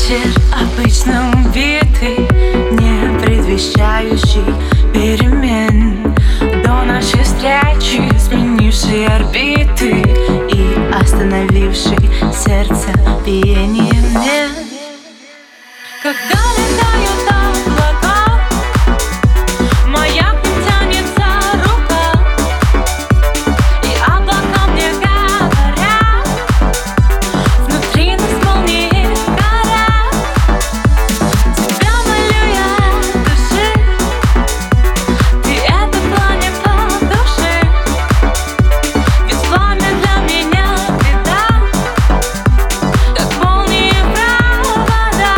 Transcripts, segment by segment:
вечер обычно убитый, не предвещающий перемен, до нашей встречи сменивший орбиты и остановивший сердце биение мне. Когда летают облака, моя к ним тянется рука, и облака мне говорят, внутри нас молнии горят. Тебя молю я от души, ты это пламя потуши, ведь пламя для меня беда, как молнии провода.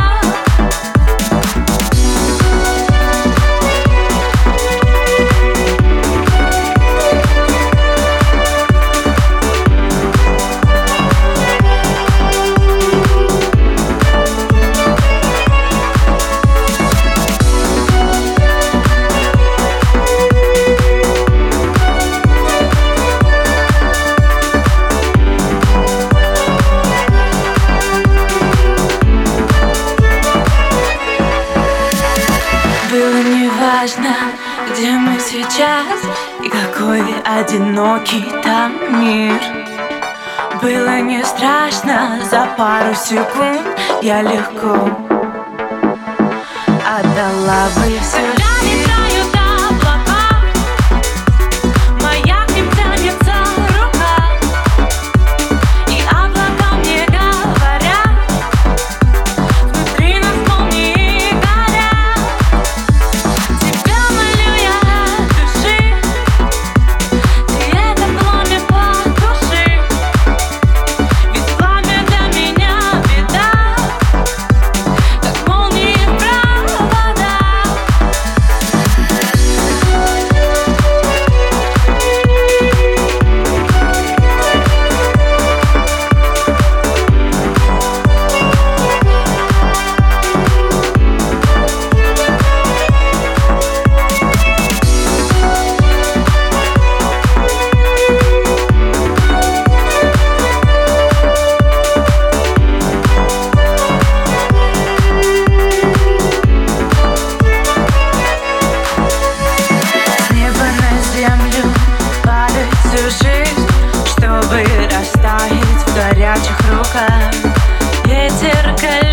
Было неважно, где мы сейчас и какой одинокий там мир. Было не страшно, за пару секунд я легко отдала бы все. Летают облака, моя к ним тянется рука, и облака мне говорят, внутри нас молнии горят. Тебя молю я от души, ты это пламя потуши, ведь пламя для меня беда, как молнии провода. С неба на землю падает всю жизнь, чтобы растаять в горячих руках. Ветер колеблет